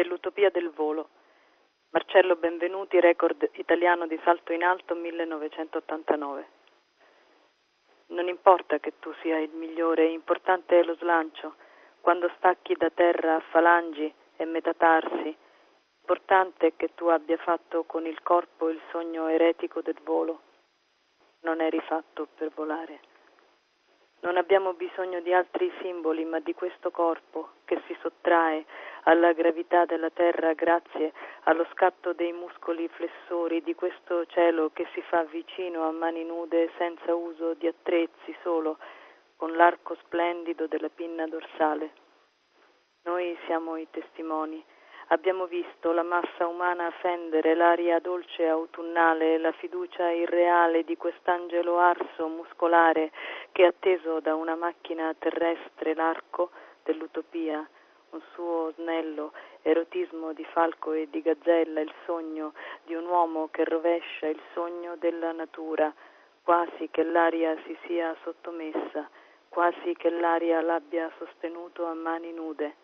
dell'utopia del volo. Marcello Benvenuti, record italiano di salto in alto 1989. Non importa che tu sia il migliore, importante è lo slancio, quando stacchi da terra a falangi e metatarsi. Importante è che tu abbia fatto con il corpo il sogno eretico del volo. Non eri fatto per volare. Non abbiamo bisogno di altri simboli, ma di questo corpo che si sottrae alla gravità della terra grazie allo scatto dei muscoli flessori, di questo cielo che si fa vicino a mani nude senza uso di attrezzi, solo con l'arco splendido della pinna dorsale. Noi siamo i testimoni. Abbiamo visto la massa umana fendere l'aria dolce autunnale, la fiducia irreale di quest'angelo arso muscolare che, atteso da una macchina terrestre, l'arco dell'utopia, un suo snello erotismo di falco e di gazzella, il sogno di un uomo che rovescia il sogno della natura, quasi che l'aria si sia sottomessa, quasi che l'aria l'abbia sostenuto a mani nude.